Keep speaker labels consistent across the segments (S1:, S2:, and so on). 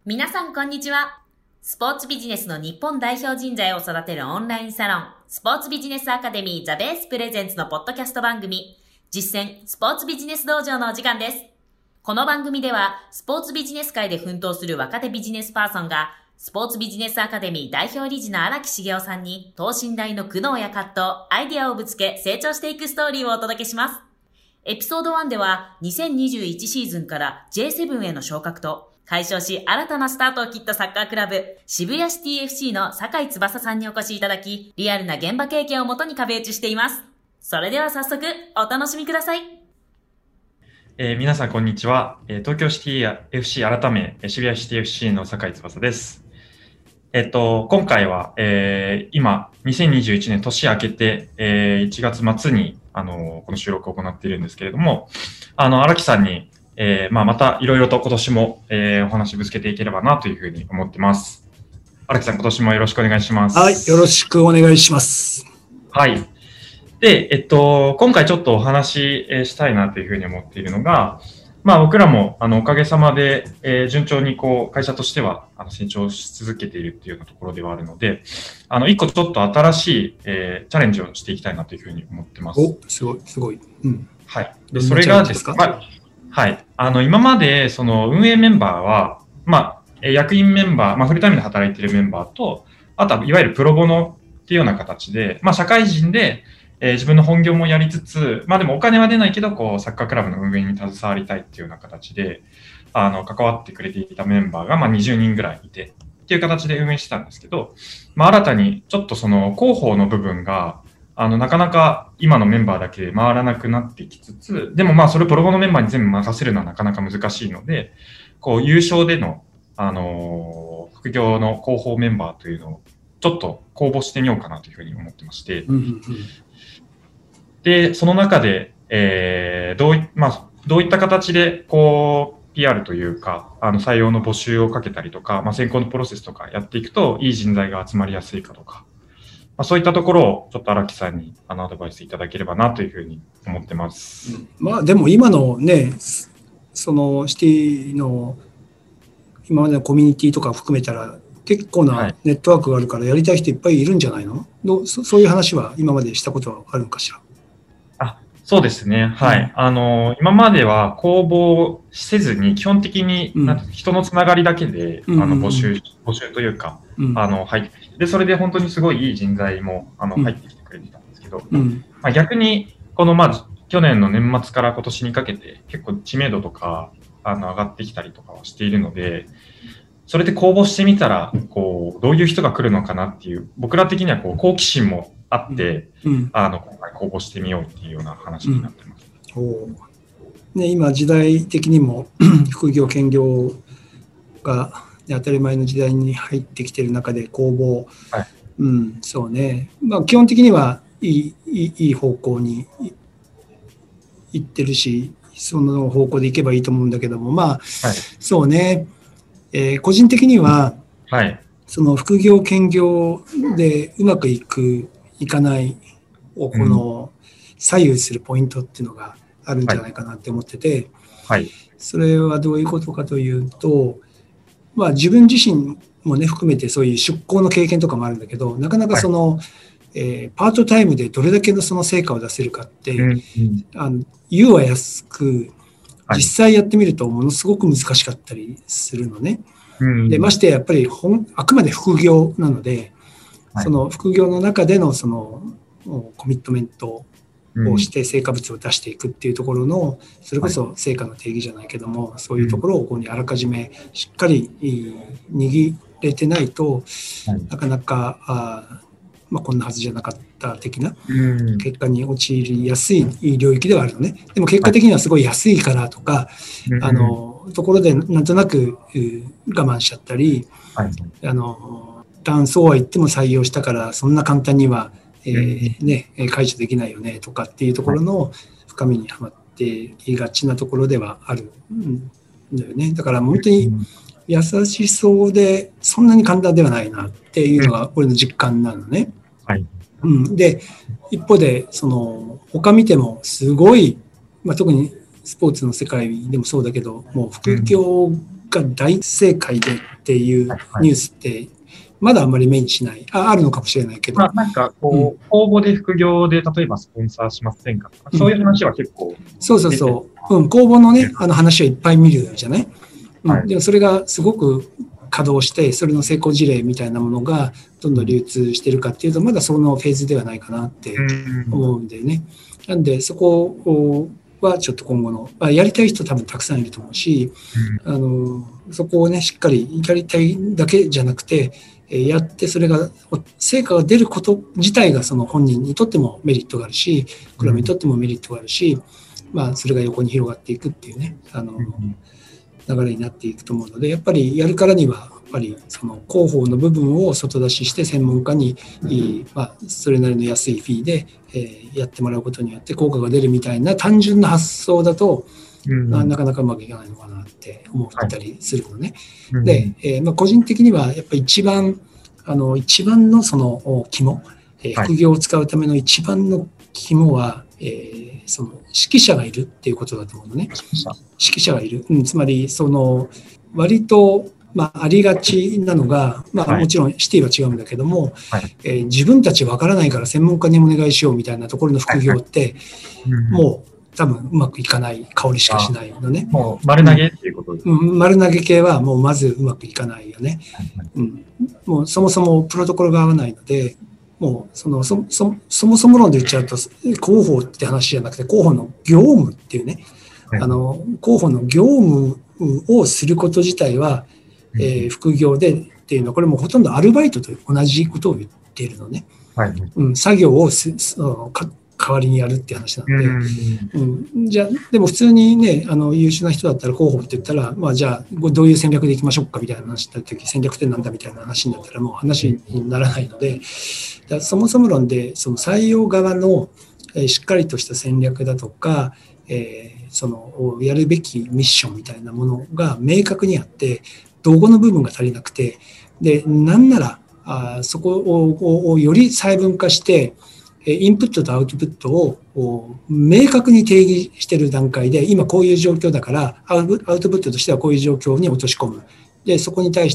S1: 皆さんこんにちは。スポーツビジネスの日本代表人材を育てるオンラインサロン、スポーツビジネスアカデミーザベースプレゼンツのポッドキャスト番組、実践スポーツビジネス道場のお時間です。この番組では、スポーツビジネス界で奮闘する若手ビジネスパーソンが、スポーツビジネスアカデミー代表理事の荒木茂雄さんに、等身大の苦悩や葛藤、アイデアをぶつけ、成長していくストーリーをお届けします。エピソード1では、2021シーズンから J7 への昇格と、解消し新たなスタートを切ったサッカークラブ、渋谷シティ FC の酒井翼さんにお越しいただき、リアルな現場経験をもとに壁打ちしています。それでは早速、お楽しみください。
S2: 皆さんこんにちは。東京シティ FC 改め渋谷シティ FC の酒井翼です。今回は、今2021年年明けて、1月末にこの収録を行っているんですけれども、荒木さんに、またいろいろと今年も、お話ぶつけていければなというふうに思ってます。荒木さん、今年もよろしくお願いします。
S3: はい、よろしくお願いします。
S2: はい。で、今回ちょっとお話ししたいなというふうに思っているのが、僕らもおかげさまで、順調に会社としては成長し続けているっていうようなところではあるので、一個ちょっと新しい、チャレンジをしていきたいなというふうに思ってます。
S3: お、すごい、すごい。うん。
S2: はい。で、それがですか？はい。今までその運営メンバーは、役員メンバー、フルタイムで働いているメンバーと、あとはいわゆるプロボノっていうような形で、社会人で自分の本業もやりつつ、でもお金は出ないけど、サッカークラブの運営に携わりたいっていうような形で、関わってくれていたメンバーが、20人ぐらいいて、っていう形で運営してたんですけど、新たにちょっとその広報の部分が、なかなか今のメンバーだけで回らなくなってきつつ、でもそれプロボのメンバーに全部任せるのはなかなか難しいので、優勝での、副業の広報メンバーというのを、ちょっと公募してみようかなというふうに思ってまして、で、その中で、どういった形で、PR というか、採用の募集をかけたりとか、選考のプロセスとかやっていくと、いい人材が集まりやすいかとか、そういったところを、ちょっと荒木さんにアドバイスいただければなというふうに思ってます。
S3: でも今のね、そのシティの今までのコミュニティとか含めたら、結構なネットワークがあるからやりたい人いっぱいいるんじゃないの？そういう話は今までしたことはあるのかしら？
S2: そうですね。はい。今までは公募せずに、基本的に、人のつながりだけで、募集というか、入ってきて、で、それで本当にすごいいい人材も、入ってきてくれてたんですけど、逆に、去年の年末から今年にかけて、結構知名度とか、上がってきたりとかはしているので、それで公募してみたら、どういう人が来るのかなっていう、僕ら的には好奇心もあって、今回公募してみようっていうような話になってます。
S3: 今、時代的にも副業、兼業が当たり前の時代に入ってきている中で公募、そうね。基本的にはいい方向に行ってるし、その方向で行けばいいと思うんだけども、そうね。個人的には、その副業、兼業でうまくいかないを左右するポイントっていうのがあるんじゃないかなって思ってて、それはどういうことかというと、自分自身もね含めてそういう出向の経験とかもあるんだけど、なかなかその、パートタイムでどれだけのその成果を出せるかって、言うは安く実際やってみるとものすごく難しかったりするのね。でましてやっぱりあくまで副業なので、その副業の中でのそのコミットメントをして成果物を出していくっていうところの、それこそ成果の定義じゃないけども、そういうところをここにあらかじめしっかり握れてないと、なかなかこんなはずじゃなかった的な結果に陥りやすい領域ではあるのね。でも結果的にはすごい安いからとか、ところでなんとなく我慢しちゃったり、そうは言っても採用したからそんな簡単には、解除できないよねとかっていうところの深みにはまっていがちなところではあるんだよね。だから本当に優しそうでそんなに簡単ではないなっていうのが俺の実感なのね。で一方でその他見てもすごい、特にスポーツの世界でもそうだけど、もう副業が大正解でっていうニュースってまだあんまり目にしない。あるのかもしれないけど。
S2: なんかこう、公募で副業で例えばスポンサーしませんかとか、そういう話は結構。
S3: そうそうそう。公募のね、話はいっぱい見るじゃない。でもそれがすごく稼働して、それの成功事例みたいなものがどんどん流通してるかっていうと、まだそのフェーズではないかなって思うんでね。なんで、そこはちょっと今後の、やりたい人多分たくさんいると思うし、そこをね、しっかりやりたいだけじゃなくて、やってそれが成果が出ること自体がその本人にとってもメリットがあるし、クラブにとってもメリットがあるし、それが横に広がっていくっていうね、流れになっていくと思うので、やっぱりやるからにはやっぱりその広報の部分を外出しして専門家に、それなりの安いフィーで、やってもらうことによって効果が出るみたいな単純な発想だと、なかなかうまくいかないのかなって思ったりするのね。で、個人的にはやっぱり一番のその肝、副業を使うための一番の肝は、その指揮者がいるっていうことだと思うのね。指揮者がいる。つまりその割とありがちなのが、もちろんシティは違うんだけども、自分たちわからないから専門家にお願いしようみたいなところの副業って、もう多分うまくいかない香りしかしないのね。
S2: もう丸投げっていうことですか？
S3: 丸投げ系はもうまずうまくいかないよね。もうそもそもプロトコルが合わないので、もうそもそも論で言っちゃうと広報って話じゃなくて広報の業務っていうね、広報の業務をすること自体は、副業でっていうのはこれもほとんどアルバイトと同じことを言っているのね。作業を代わりにやるっていう話なので、じゃあでも普通にね優秀な人だったら広報って言ったら、じゃあどういう戦略でいきましょうかみたいな話になった時、戦略ってなんだみたいな話になったらもう話にならないので、そもそも論でその採用側のしっかりとした戦略だとか、そのやるべきミッションみたいなものが明確にあって、どこの部分が足りなくて、でなんならそこをより細分化してインプットとアウトプットを明確に定義している段階で、今こういう状況だからアウトプットとしてはこういう状況に落とし込む。でそこに対して、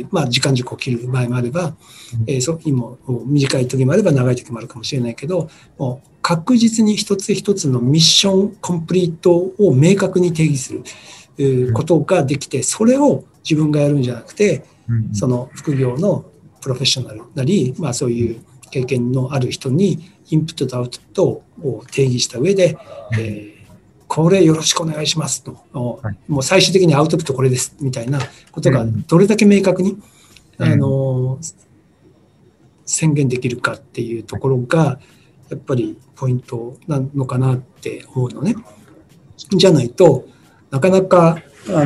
S3: 時間軸を切る場合もあれば、今短い時もあれば長い時もあるかもしれないけど、もう確実に一つ一つのミッションコンプリートを明確に定義することができて、それを自分がやるんじゃなくて、その副業のプロフェッショナルなり、そういう経験のある人にインプットとアウトプットを定義した上で、これよろしくお願いしますと、もう最終的にアウトプットこれですみたいなことがどれだけ明確に、宣言できるかっていうところがやっぱりポイントなのかなって思うのね。じゃないとなかなか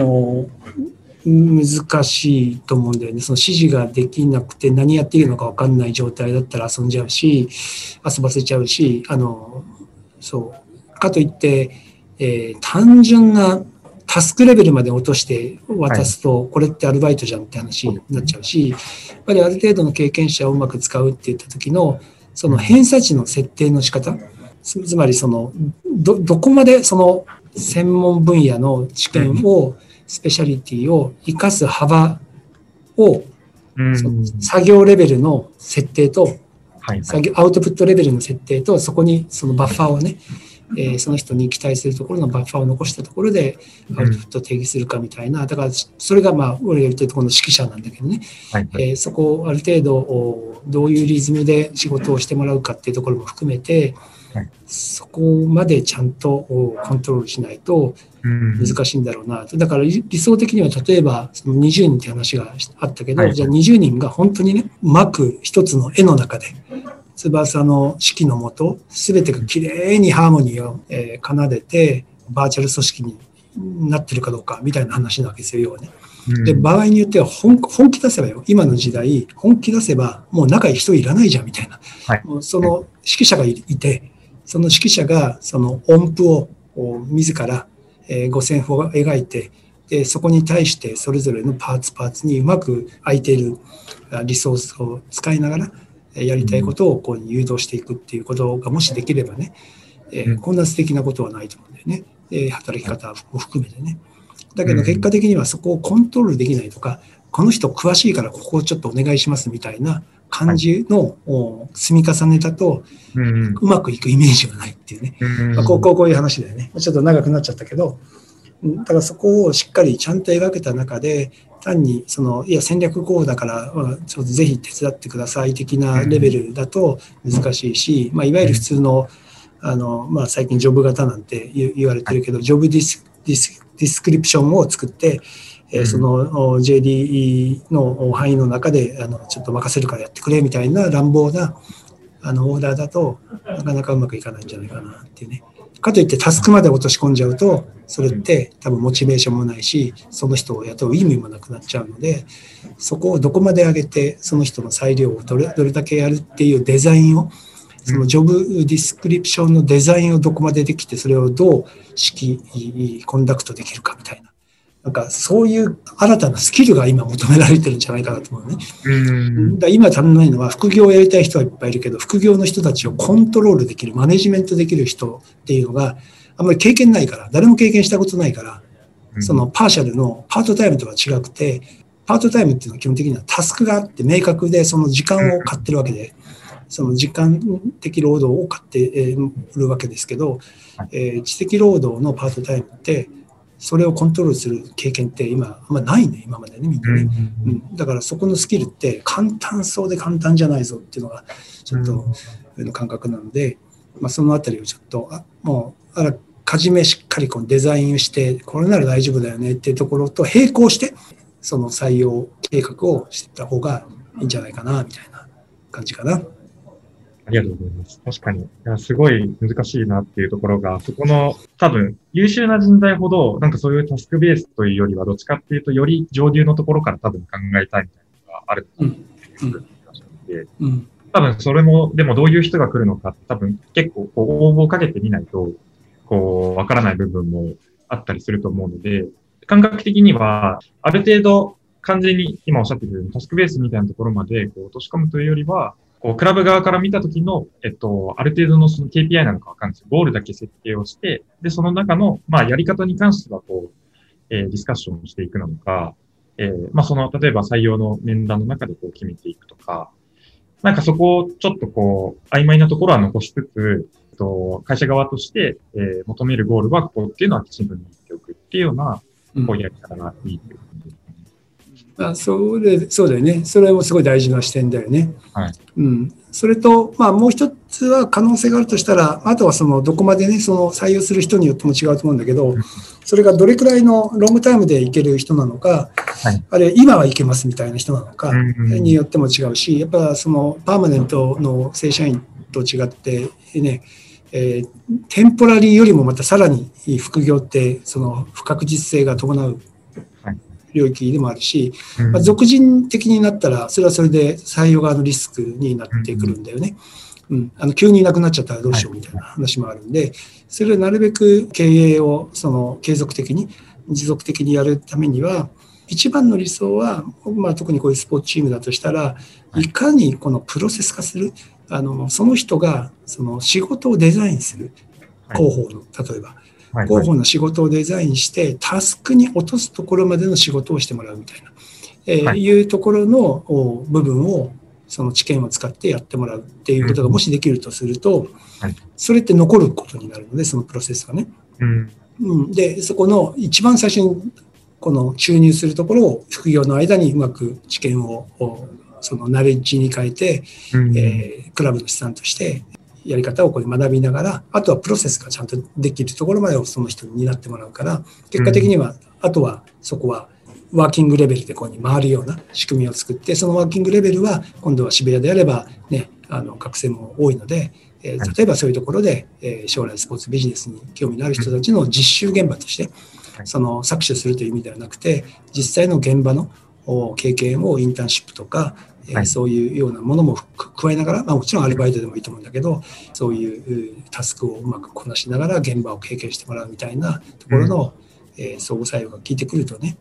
S3: 難しいと思うんだよね。その指示ができなくて何やっていいのか分かんない状態だったら遊んじゃうし、遊ばせちゃうし、そうかといって、単純なタスクレベルまで落として渡すと、これってアルバイトじゃんって話になっちゃうし、やっぱりある程度の経験者をうまく使うって言った時のその偏差値の設定の仕方、つまりその どこまでその専門分野の知見をスペシャリティを生かす幅を、作業レベルの設定と、アウトプットレベルの設定と、そこにそのバッファーをね、その人に期待するところのバッファーを残したところでアウトプットを定義するかみたいな、だからそれが俺が言ってるところの指揮者なんだけどね、そこをある程度どういうリズムで仕事をしてもらうかっていうところも含めて、そこまでちゃんとコントロールしないと難しいんだろうなと。だから理想的には例えばその20人って話があったけど、じゃあ20人が本当にね、うまく一つの絵の中で翼の指揮のもと全てがきれいにハーモニーを奏でてバーチャル組織になってるかどうかみたいな話なわけですよ、要はね。で場合によっては本気出せばよ、今の時代本気出せばもう仲いい人いらないじゃんみたいな、もうその指揮者がいて、その指揮者がその音符を自ら五線譜を描いて、でそこに対してそれぞれのパーツにうまく空いているリソースを使いながらやりたいことをこう誘導していくっていうことがもしできればね、こんな素敵なことはないと思うんだよね。働き方も含めてね。 だけど結果的にはそこをコントロールできないとか、この人詳しいからここをちょっとお願いしますみたいな感じの積み重ねだと、うまくいくイメージがないっていうね。こういう話だよね。ちょっと長くなっちゃったけど、だからそこをしっかりちゃんと描けた中で、単にいや戦略こうだからちょっとぜひ手伝ってください的なレベルだと難しいし、いわゆる普通の最近ジョブ型なんて言われてるけど、ジョブディスクリプションを作って、その JD の範囲の中でちょっと任せるからやってくれみたいな乱暴なオーダーだとなかなかうまくいかないんじゃないかなっていうね。かといってタスクまで落とし込んじゃうと、それって多分モチベーションもないし、その人を雇う意味もなくなっちゃうので、そこをどこまで上げて、その人の裁量をどれだけやるっていうデザインを、そのジョブディスクリプションのデザインをどこまでできて、それをどうコンダクトできるかみたいな。なんかそういう新たなスキルが今求められてるんじゃないかなと思うね。今足んないのは副業をやりたい人はいっぱいいるけど、副業の人たちをコントロールできる、マネジメントできる人っていうのがあんまり経験ないから、誰も経験したことないから、そのパーシャルのパートタイムとは違くて、パートタイムっていうのは基本的にはタスクがあって明確で、その時間を買ってるわけで、その時間的労働を買ってるわけですけど、知的労働のパートタイムってそれをコントロールする経験って今あんまないね、今までね、みんなね。だからそこのスキルって簡単そうで簡単じゃないぞっていうのがちょっと上の感覚なので、そのあたりをちょっともうあらかじめしっかりこうデザインをしてこれなら大丈夫だよねっていうところと並行してその採用計画をしていった方がいいんじゃないかなみたいな感じかな。
S2: ありがとうございます。確かに。すごい難しいなっていうところが、そこの多分優秀な人材ほど、なんかそういうタスクベースというよりは、どっちかっていうと、より上流のところから多分考えたいみたいなのがあると思って多分それも、でもどういう人が来るのか、多分結構こう応募をかけてみないと、こう、わからない部分もあったりすると思うので、感覚的には、ある程度完全に今おっしゃってるようにタスクベースみたいなところまでこう落とし込むというよりは、こう、クラブ側から見たときの、ある程度のその KPI なのかわかんないですけど、ゴールだけ設定をして、で、その中の、やり方に関しては、こう、ディスカッションをしていくのか、その、例えば採用の面談の中でこう決めていくとか、なんかそこをちょっとこう、曖昧なところは残しつつ、会社側として、求めるゴールはここっていうのはきちんと握っておくっていうような、こういうやり方がいいっていう感じですね。
S3: そうだよね。それもすごい大事な視点だよね。
S2: はい。
S3: それと、もう一つは可能性があるとしたら、あとはそのどこまでね、その採用する人によっても違うと思うんだけど、それがどれくらいのロングタイムでいける人なのか、
S2: はい、
S3: あるいは今はいけますみたいな人なのかによっても違うし、やっぱそのパーマネントの正社員と違ってね、テンポラリーよりもまたさらに副業ってその不確実性が伴う領域でもあるし、属人的になったらそれはそれで採用側のリスクになってくるんだよね。急にいなくなっちゃったらどうしようみたいな話もあるんで、それをなるべく経営をその継続的に持続的にやるためには、一番の理想は、特にこういうスポーツチームだとしたら、いかにこのプロセス化する、その人がその仕事をデザインする、広報の例えば。広報の仕事をデザインしてタスクに落とすところまでの仕事をしてもらうみたいな、いうところの部分をその知見を使ってやってもらうっていうことがもしできるとすると、それって残ることになるので、そのプロセスがね。でそこの一番最初にこの注入するところを副業の間にうまく知見をそのナレッジに変えて、クラブの資産としてやり方をこれ学びながら、あとはプロセスがちゃんとできるところまでをその人に担ってもらうから、結果的には、あとはそこはワーキングレベルでこうに回るような仕組みを作って、そのワーキングレベルは今度は渋谷であればね、学生も多いので、例えばそういうところで、将来スポーツビジネスに興味のある人たちの実習現場として、その搾取するという意味ではなくて、実際の現場の経験をインターンシップとか、そういうようなものも加えながら、もちろんアルバイトでもいいと思うんだけど、そういうタスクをうまくこなしながら現場を経験してもらうみたいなところの、相互作用が効いてくるとね、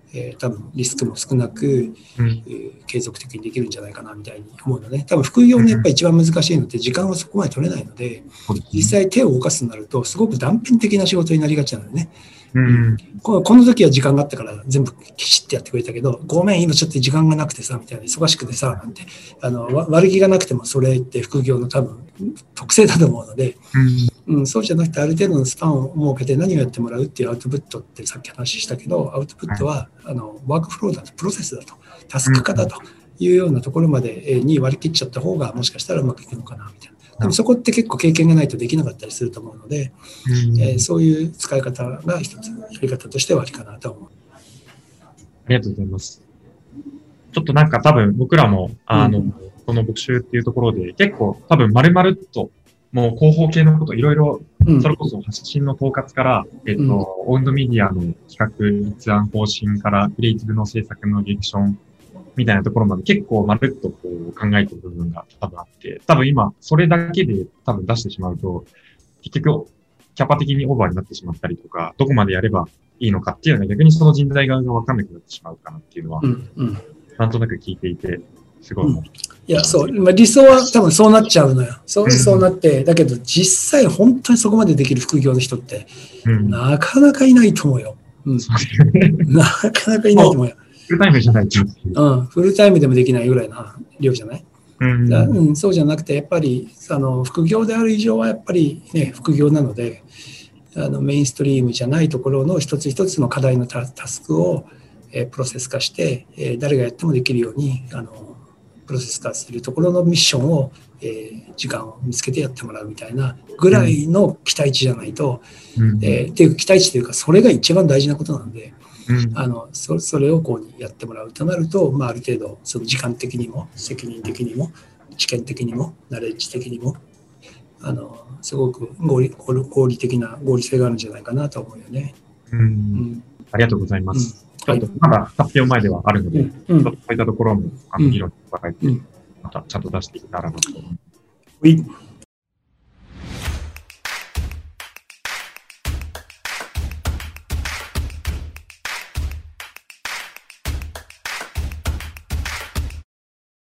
S3: 多分リスクも少なく、
S2: うん
S3: 継続的にできるんじゃないかなみたいに思うのね。多分副業のやっぱり一番難しいのって時間はそこまで取れないので、実際手を動かすとなるとすごく断片的な仕事になりがちなのでね。この時は時間があったから全部きちってやってくれたけど、ごめん今ちょっと時間がなくてさみたいな、忙しくてさなんて悪気がなくてもそれって副業の多分特性だと思うので、そうじゃなくてある程度のスパンを設けて何をやってもらうっていうアウトプットってさっき話したけど、アウトプットはワークフローだと、プロセスだと、タスク化だというようなところまでに割り切っちゃった方がもしかしたらうまくいくのかなみたいな。でもそこって結構経験がないとできなかったりすると思うので、そういう使い方が一つやり方としてはありかなと思う。
S2: ありがとうございます。ちょっとなんか多分僕らもこの募集っていうところで結構多分丸々ともう広報系のこといろいろ、それこそ発信の統括から、オウンドメディアの企画、立案方針からクリエイティブの制作のディレクションみたいなところまで結構まるっとこう考えてる部分が多分あって、多分今それだけで多分出してしまうと、結局キャパ的にオーバーになってしまったりとか、どこまでやればいいのかっていうのが逆にその人材側が分かんなくなってしまうかなっていうのは、なんとなく聞いていて、すごい。
S3: いや、そう。理想は多分そうなっちゃうのよ。そうなって、だけど実際本当にそこまでできる副業の人って、なかなかいないと思うよ。なかなかいないと思うよ。
S2: フルタイムじゃないと。
S3: フルタイムでもできないぐらいな量じゃない？そうじゃなくて、やっぱり副業である以上はやっぱりね、副業なので、メインストリームじゃないところの一つ一つの課題のタスクをプロセス化して、誰がやってもできるようにプロセス化するところのミッションを、時間を見つけてやってもらうみたいなぐらいの期待値じゃないと、っていう期待値というかそれが一番大事なことなので、それをこうやってもらうとなると、ある程度その時間的にも責任的にも知見的にもナレッジ的にもすごく合理的な合理性があるんじゃないかなと思うよね。
S2: ありがとうございます。ちょっとまだ発表前ではあるので、そういったところも議論に加えて、またちゃんと出していけたらなと思います。